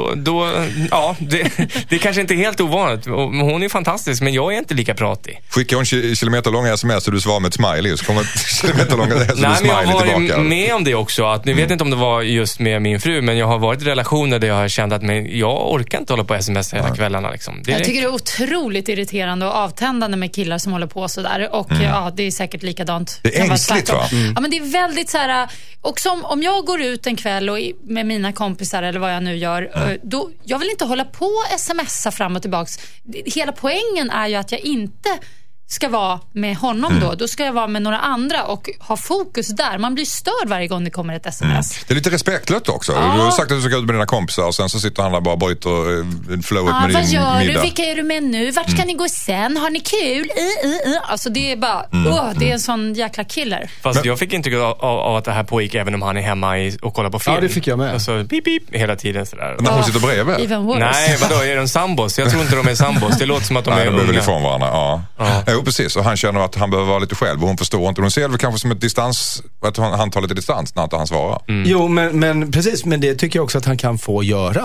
det kanske inte är helt ovanligt. Och hon är fantastisk, men jag är inte lika pratig. Skickar hon kilometerlånga sms och du svarar med ett smiley, så kommer kilometerlånga sms och du Nej, men smiley jag har tillbaka. med om det också. Att, jag vet inte om det var just med min fru, men jag har varit i relationer där jag har känt att jag orkar inte hålla på sms hela kvällarna. Liksom. Jag tycker det är otroligt irriterande och avtändande med killar som håller på sådär. Och ja, det är säkert likadant. Det är ängsligt, va? Ja, men det är väldigt så här. Och om jag går ut en kväll och med mina kompisar eller vad jag nu gör, då, jag vill inte hålla på och smsa fram och tillbaks. Hela poängen är ju att jag inte ska vara med honom då ska jag vara med några andra och ha fokus där. Man blir störd varje gång det kommer ett sms. Det är lite respektlöst också. Ja. Du har sagt att du ska ut med dina kompisar och sen så sitter han där bara bryter flowet med din vad gör middag. Du? Vilka är du med nu? Vart ska ni gå sen? Har ni kul? Alltså det är bara det är en sån jäkla killer. Fast jag fick intryck av att det här pågick även om han är hemma och kollar på film. Ja, det fick jag med. Alltså pip pip hela tiden sådär. När hon sitter bredvid? Even worse. Nej, vadå, är de sambos? Jag tror inte de är sambos. Det låter som att de är de unga. väl ifrån varandra, ja. Jo, precis. Och han känner att han behöver vara lite själv och hon förstår inte. Hon ser väl kanske som ett distans, att han tar lite distans när inte han svarar. Jo, men precis, men det tycker jag också att han kan få göra.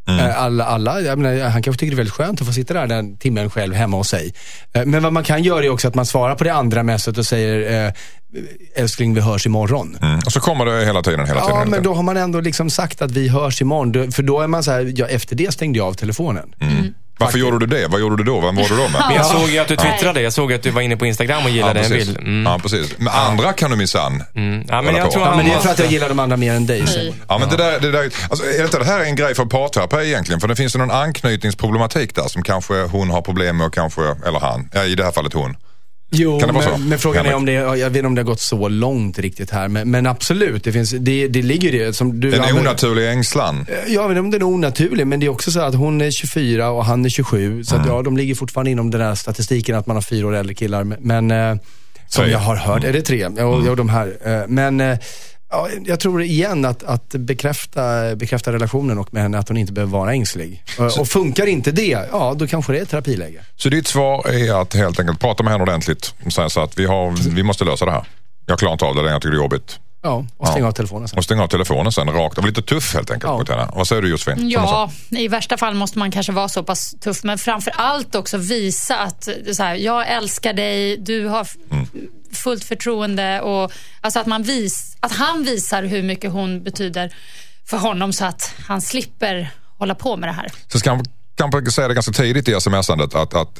Jag menar, han kanske tycker det är väldigt skönt att få sitta där den timmen själv hemma hos sig. Men vad man kan göra är också att man svarar på det andra mässet och säger älskling, vi hörs imorgon. Och så kommer det hela tiden. Ja, men då har man ändå liksom sagt att vi hörs imorgon. För då är man så här, efter det stängde jag av telefonen. Varför gjorde du det? Vad gjorde du då? Vem var du då med? Men jag såg ju att du twittrade. Jag såg att du var inne på Instagram och gillade en bild. Ja, precis. Men andra kan du minsann. Ja, men jag tror men det är för att jag gillar de andra mer än dig. Ja, men det där alltså, är inte det här en grej för parterapi egentligen? För det finns ju någon anknytningsproblematik där som kanske hon har problem med och kanske, eller han. Ja, i det här fallet hon. Jo, men frågan är om jag vet inte om det har gått så långt riktigt här, men absolut, det ligger det som du en onaturlig ängslan. Jag vet inte om den är onaturlig, men det är också så att hon är 24 och han är 27, så att de ligger fortfarande inom den där statistiken att man har 4 år äldre killar, men som jag har hört, är det 3? Ja, de här, men ja, jag tror igen att bekräfta relationen och med henne att hon inte behöver vara ängslig. Och funkar inte det, ja då kanske det är ett terapiläge. Så ditt svar är att helt enkelt prata med henne ordentligt och säga så att vi måste lösa det här. Jag klarar inte av det längre, jag tycker det är jobbigt. Ja, och stänga av telefonen sen. Och stänga av telefonen sen rakt. Det var lite tuff helt enkelt mot henne. Vad säger du Josefin? Ja, i värsta fall måste man kanske vara så pass tuff. Men framför allt också visa att så här, jag älskar dig, du har fullt förtroende. Och, alltså att han visar hur mycket hon betyder för honom så att han slipper hålla på med det här. Så ska han kanske säga det ganska tidigt i sms-andet att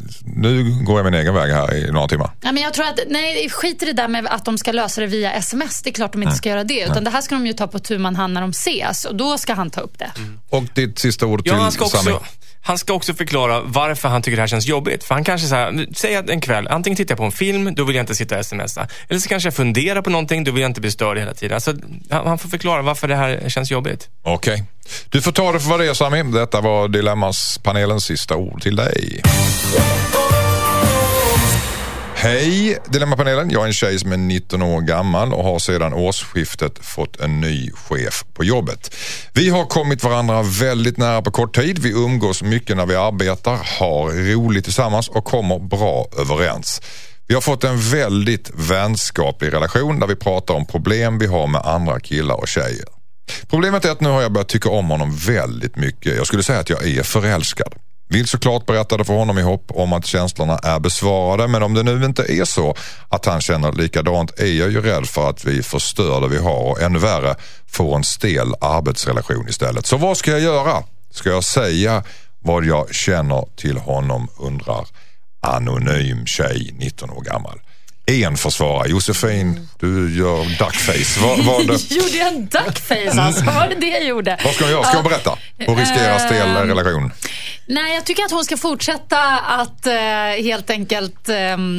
nu går jag min egen väg här i några timmar. Ja, men jag tror att, skit i det där med att de ska lösa det via sms. Det är klart de inte ska göra det. Utan det här ska de ju ta på tu man hand när de ses. Och då ska han ta upp det. Och ditt sista ord till Sami. Han ska också förklara varför han tycker det här känns jobbigt. För han kanske säger en kväll, antingen tittar jag på en film, då vill jag inte sitta och smsa. Eller så kanske jag funderar på någonting, då vill jag inte bli störd hela tiden. Alltså, han får förklara varför det här känns jobbigt. Okej. Du får ta det för vad det är, Sami. Detta var Dilemmas-panelens sista ord till dig. Hej Dilemmapanelen, jag är en tjej som är 19 år gammal och har sedan årsskiftet fått en ny chef på jobbet. Vi har kommit varandra väldigt nära på kort tid, vi umgås mycket när vi arbetar, har roligt tillsammans och kommer bra överens. Vi har fått en väldigt vänskaplig relation där vi pratar om problem vi har med andra killar och tjejer. Problemet är att nu har jag börjat tycka om honom väldigt mycket. Jag skulle säga att jag är förälskad. Vill såklart berätta det för honom i hopp om att känslorna är besvarade, men om det nu inte är så att han känner likadant är jag ju rädd för att vi förstör det vi har och ännu värre får en stel arbetsrelation istället. Så vad ska jag göra? Ska jag säga vad jag känner till honom, undrar anonym tjej 19 år gammal. En försvarare. Josefin, du gör duckface. Gjorde jag en duckface alltså? Var det jag gjorde? Vad ska jag göra? Ska jag berätta? Och riskera stel relation? Nej, jag tycker att hon ska fortsätta att helt enkelt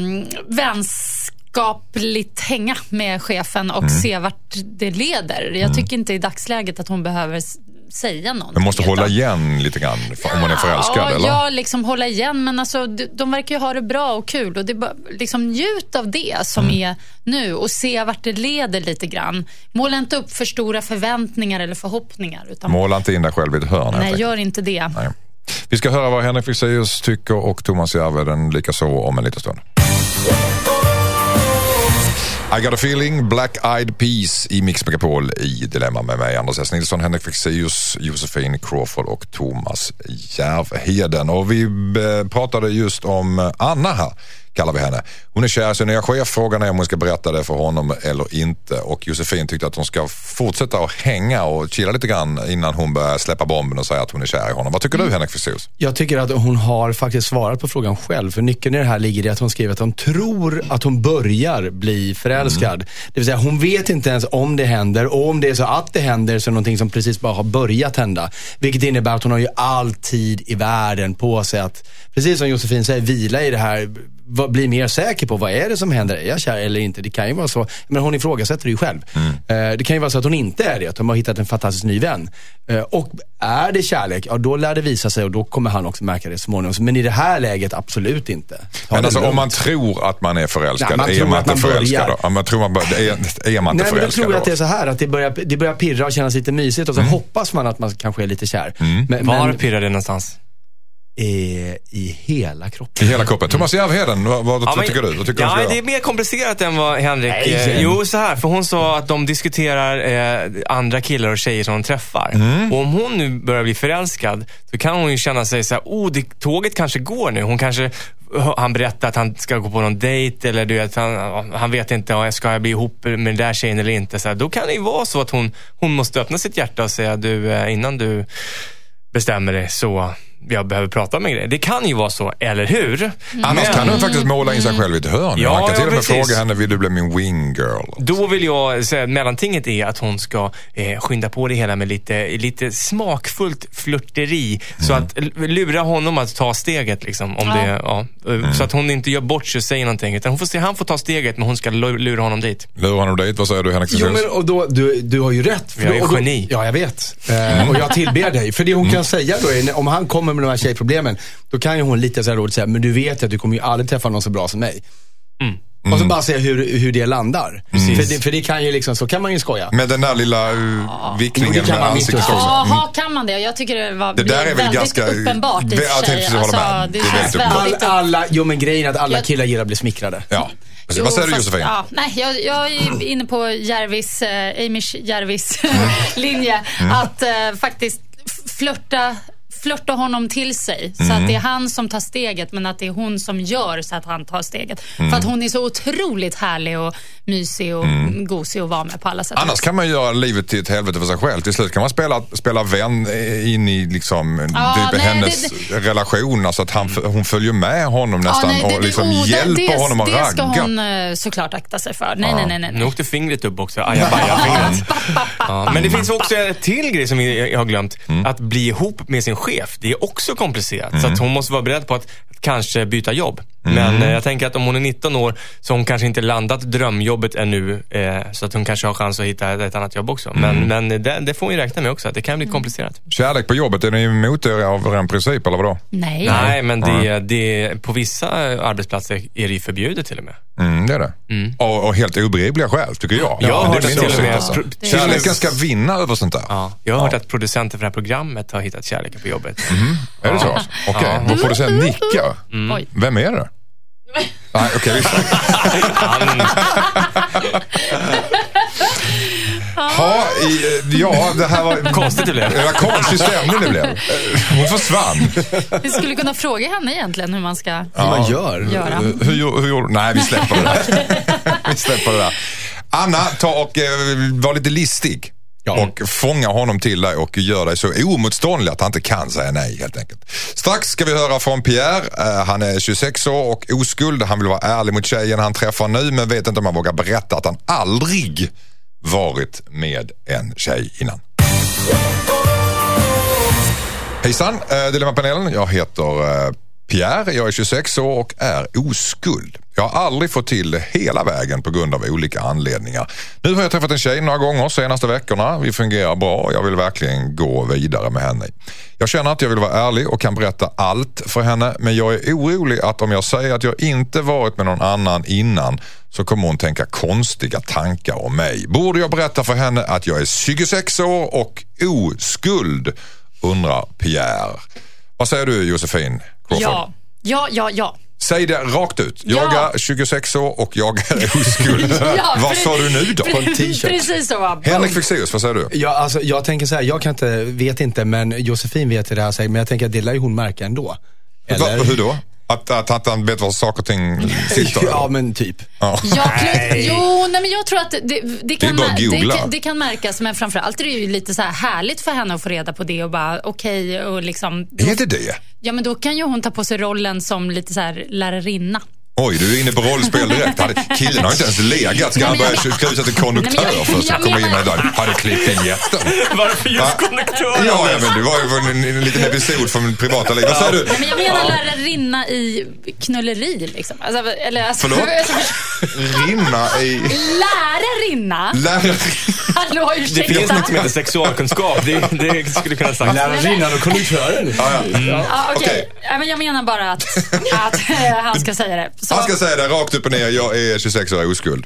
vänskapligt hänga med chefen och se vart det leder. Jag tycker inte i dagsläget att hon behöver säga någonting. Men måste hålla igen lite grann om man är förälskad, eller? Ja, liksom hålla igen, men alltså, de verkar ju ha det bra och kul och det liksom njut av det som är nu och se vart det leder lite grann. Måla inte upp för stora förväntningar eller förhoppningar. Utan måla inte in dig själv i ett hörn. Nej, gör inte det. Nej. Vi ska höra vad Henrik Fexeus tycker och Thomas Järvheden lika så om en liten stund. I got a feeling, Black Eyed Peas i Mix Megapol i Dilemma med mig, Anders S. Nilsson, Henrik Fexeus, Josefin Crawford och Thomas Järvheden. Och vi pratade just om Anna här, kallar vi henne. Hon är kär i sin nya chef, frågan är om hon ska berätta det för honom eller inte. Och Josefin tyckte att hon ska fortsätta att hänga och chilla lite grann innan hon börjar släppa bomben och säga att hon är kär i honom. Vad tycker du, Henrik Fexeus? Jag tycker att hon har faktiskt svarat på frågan själv. För nyckeln i det här ligger i att hon skriver att hon tror att hon börjar bli förälskad. Det vill säga, hon vet inte ens om det händer. Och om det är så att det händer så är det någonting som precis bara har börjat hända. Vilket innebär att hon har ju all tid i världen på sig att, precis som Josefin säger, vila i det här. Bli mer säker på vad är det som händer, är jag kär eller inte. Det kan ju vara så, men hon ifrågasätter det ju själv. Det kan ju vara så att hon inte är det, att hon har hittat en fantastisk ny vän. Och är det kärlek, ja, då lär det visa sig och då kommer han också märka det småningom. Men i det här läget absolut inte. Men alltså, om man tror att man är förälskad, är man inte förälskad då? Man tror är man inte förälskad. Nej, men jag tror att det är så här, att det börjar pirra och kännas lite mysigt och så hoppas man att man kanske är lite kär. Var pirrar det någonstans? I hela kroppen. I hela kroppen. Thomas Järvheden, vad tycker du? Det är mer komplicerat än vad Henrik... Jo, så här, för hon sa att de diskuterar andra killar och tjejer som de träffar. Och om hon nu börjar bli förälskad, så kan hon ju känna sig så här, tåget kanske går nu. Han berättar att han ska gå på någon dejt, eller du vet, han vet inte, ska jag bli ihop med den där tjejen eller inte. Så här, då kan det ju vara så att hon måste öppna sitt hjärta och säga, innan du bestämmer dig så... jag behöver prata med dig. Det kan ju vara så, eller hur? Annars kan hon faktiskt måla in sig själv i ett hörn. Ja, man kan till och med precis. fråga henne, vill du bli min wing girl? Då vill jag säga att mellantinget är att hon ska skynda på det hela med lite smakfullt flirteri. Så att lura honom att ta steget liksom, om det, så att hon inte gör bort sig och säger någonting. Utan han får ta steget, men hon ska lura honom dit. Lura honom dit, vad säger du, Henrik? Jo, men och då, du har ju rätt. Jag är geni. Ja, jag vet. Och jag tillber dig. För det hon kan säga då är, om han kommer med de här tjejproblemen, då kan ju hon lite så här råd säga, men du vet att du kommer ju aldrig träffa någon så bra som mig. Och så bara se hur det landar. För det kan ju liksom, så kan man ju skoja. Med den där lilla vickningen med ansiktet också. Ja, kan man det? Jag tycker det där är väl ganska uppenbart i sig. Det känns väldigt men grejen är att alla killar gillar att bli smickrade. Ja. Vad säger du, Josefin? Ja, nej, jag är inne på Amish Järvis linje. Att faktiskt flörta honom till sig, så att det är han som tar steget, men att det är hon som gör så att han tar steget. För att hon är så otroligt härlig och mysig och gosig att vara med på alla sätt. Annars kan man göra livet till ett helvete för sig själv. Till slut kan man spela vän in i liksom, hennes relation, alltså att hon följer med honom nästan och liksom hjälper honom att ragga. Det ska hon såklart akta sig för. Nej. Nu åkte fingret upp också. Ajabaja-fingret. Men det finns också en till grej som jag har glömt. Att bli ihop med sin chef, det är också komplicerat. Så att hon måste vara beredd på att kanske byta jobb. Men jag tänker att om hon är 19 år så hon kanske inte landat drömjobbet ännu, så att hon kanske har chans att hitta ett annat jobb också. Men det får hon ju räkna med också, att det kan bli komplicerat. Kärlek på jobbet, är ni emot er av en princip eller vadå? Nej, men det på vissa arbetsplatser är det ju förbjudet till och med. Det är det. Och helt obegripliga skäl, tycker jag. Jag har hört att till och med kärleken ska vinna över sånt där. Ja, jag har hört att producenter för det här programmet har hittat kärleken på jobbet. Är det så? Okej, vår producent nickar. Vem är det? Nej, okej, visst. Ja, det här var konstigt det blev. Det var konstig stämning det blev. Hon försvann. Vi skulle kunna fråga henne egentligen hur man ska göra. Hur nej, vi släpper det där. Vi släpper det där. Anna, ta och var lite listig. Och fånga honom till dig och gör dig så omotståndlig att han inte kan säga nej, helt enkelt. Strax ska vi höra från Pierre. Han är 26 år och oskuld. Han vill vara ärlig mot tjejen han träffar nu, men vet inte om han vågar berätta att han aldrig varit med en tjej innan. Hejsan, Dilemmapanelen. Jag heter Pierre, jag är 26 år och är oskuld. Jag har aldrig fått till det hela vägen på grund av olika anledningar. Nu har jag träffat en tjej några gånger senaste veckorna. Vi fungerar bra och jag vill verkligen gå vidare med henne. Jag känner att jag vill vara ärlig och kan berätta allt för henne. Men jag är orolig att om jag säger att jag inte varit med någon annan innan så kommer hon tänka konstiga tankar om mig. Borde jag berätta för henne att jag är 26 år och oskuld? Undrar Pierre. Vad säger du, Josefin Crawford? Ja. Säg det rakt ut. Jag är 26 år och jag är oskuld. Vad sa du nu då? På en t-shirt. Precis så. Henrik Fexeus, vad säger du? Ja, alltså, jag tänker så här, jag kan inte, vet inte, men Josefin vet det här, men jag tänker att det lär ju hon märka ändå. Eller? Hur då? Att han vet vad saker och ting sitter? Ja, men typ. Ja. Men jag tror att det kan märkas, men framförallt är det ju lite så här härligt för henne att få reda på det och bara okej, och liksom... Är det? Ja, men då kan ju hon ta på sig rollen som lite så här lärarinna. Oj, du är inne på rollspel direkt. Killen har inte ens legat. Ska han börja skriva ut till konduktör först att komma in här idag? Hade klippt in jätten. Varför just konduktör? Ja, men det var ju en liten episod från min privata liv. Vad säger du? Nej, men jag menar lärarinna i knulleri liksom. Förlåt? Rinna i... Lärarinna? Hallå, ursäkta. Det finns något som heter sexualkunskap. Det skulle kunna sagt. Lärarinnan och konduktören. Okej. Men jag menar bara att han ska säga det. Han ska säga det rakt upp och ner. Jag är 26 år oskuld.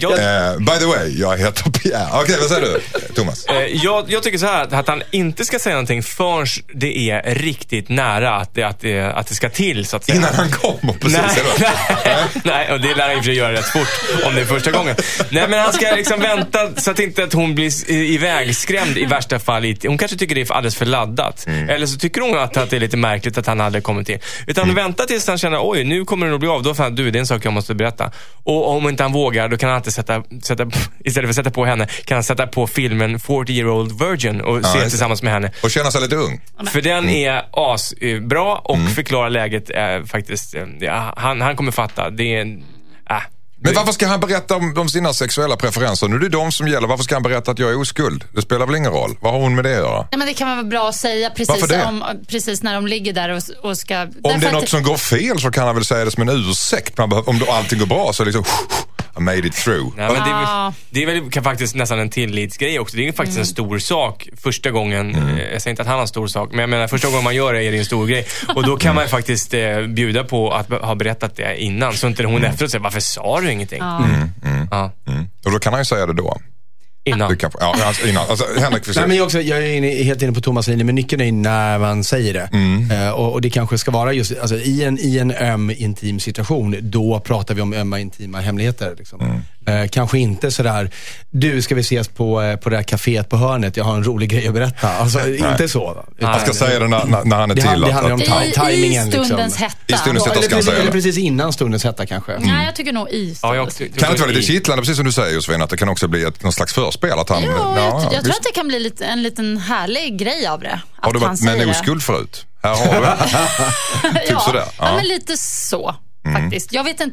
By the way, jag heter Pierre. Okej, vad säger du, Thomas? Jag tycker så här att han inte ska säga någonting förrän det är riktigt nära att det ska till, så att säga. Innan han kommer, precis. Nej, och det lär han ju för att göra rätt fort om det är första gången. Nej, men han ska liksom vänta så att inte att hon blir ivägskrämd i värsta fall. Hon kanske tycker det är alldeles för laddat. Eller så tycker hon att det är lite märkligt att han hade kommit in. Utan vänta tills han känner, oj, nu kommer det att bli av. Då fan, det är en sak jag måste berätta. Och om inte han vågar, då kan han alltid sätta istället för att sätta på henne, kan han sätta på filmen 40-year-old virgin och se tillsammans med henne. Och känna sig lite ung. För den är asbra och förklarar läget faktiskt. Han kommer fatta. Det är Men varför ska han berätta om sina sexuella preferenser? Nu är det de som gäller. Varför ska han berätta att jag är oskuld? Det spelar väl ingen roll. Vad har hon med det att göra? Ja, men det kan vara bra att säga precis när de ligger där och ska... Om det är något som går fel så kan han väl säga det som en ursäkt. Om allting går bra så liksom... I made it through. Nej, men det är väl faktiskt nästan en tillitsgrej också. Det är faktiskt en stor sak första gången. Jag säger inte att han har en stor sak, men jag menar första gången man gör det är det en stor grej. Och då kan man faktiskt bjuda på att ha berättat det innan. Så inte hon efteråt säger, varför sa du ingenting? Och då kan han ju säga det då. Innan. Innan. Alltså, Henrik, nej, men jag är helt inne på Thomas linje, men nyckeln är när man säger det. Och det kanske ska vara just alltså, i en intim situation, då pratar vi om ömma intima hemligheter. Liksom. Kanske inte sådär, du ska vi ses på det där kaféet på hörnet, jag har en rolig grej att berätta. Alltså inte så. Han ska säga det när han är till. Det handlar om tajmingen. I stundens hetta. I stundens hetta ska han säga det. Eller precis innan stundens hetta kanske. Nej, jag tycker nog i stundens hetta. Kan det inte vara lite kittlande, precis som du säger Josefin, att det kan också bli någon slags förspel? Att han, jag tror att det kan bli en liten härlig grej av det. Har du varit med en oskuld förut? Här har du. Typ sådär. Ja, men lite så faktiskt. Jag vet inte,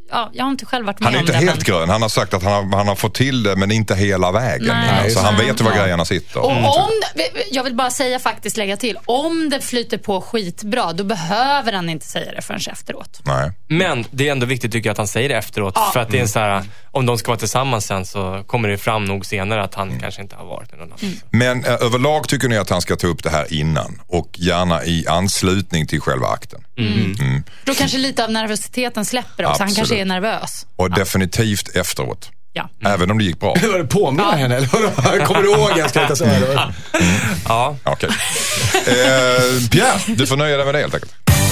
jag har inte själv varit med Han är om inte det. helt grön. Han har sagt att han har fått till det, men inte hela vägen. Nej, så han vet ju var grejerna sitter. Och om, jag vill bara säga faktiskt, lägga till, om det flyter på skitbra, då behöver han inte säga det förrän efteråt. Nej. Men det är ändå viktigt tycker jag att han säger det efteråt. För att det är en så här, om de ska vara tillsammans sen så kommer det fram nog senare att han kanske inte har varit någon annan. Men överlag tycker ni att han ska ta upp det här innan och gärna i anslutning till själva akten. Då kanske lite av nervositeten släpper också. Absolut. Han kanske är nervös. Och definitivt efteråt. Ja. Även om det gick bra. Var det påminna henne? Eller? Kommer du ihåg? Jag ska inte säga. Ja. Okej. Pierre, du får nöja dig med det helt enkelt.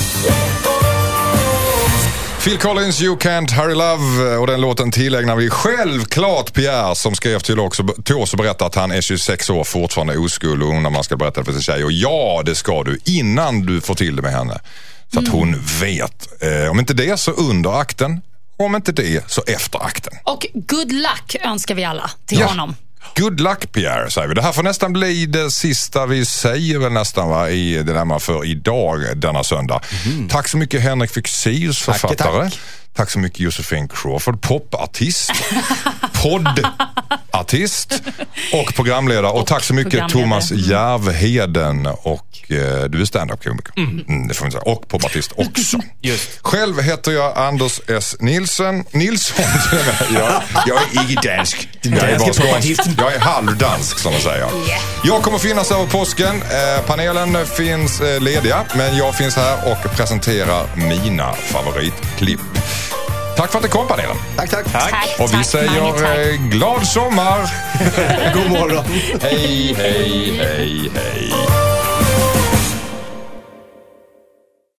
Phil Collins, You Can't Hurry Love, och den låten tillägnar vi självklart Pierre som skrev till oss och berättade att han är 26 år, fortfarande oskuld, och när man ska berätta för sin tjej. Och ja, det ska du innan du får till det med henne. Så att hon vet. Om inte det så under akten, om inte det så efter akten. Och good luck önskar vi alla till honom. Good luck Pierre, säger vi. Det här får nästan bli det sista vi säger väl nästan i det där för idag denna söndag. Tack så mycket Henrik Fexeus, författare. Tack så mycket Josefin Crawford, popartist, poddartist och programledare. Och tack så mycket Thomas Järvheden, och du är stand-up-komiker. Det får man säga. Och popartist också. Just. Själv heter jag Anders S. Nilsson. Jag är icke-dansk. Jag är halvdansk som man säger. Jag kommer finnas över påsken. Panelen finns lediga, men jag finns här och presenterar mina favoritklipp. Tack för att det kom, panelen. Tack. Och vi säger glad sommar. God morgon. Hej.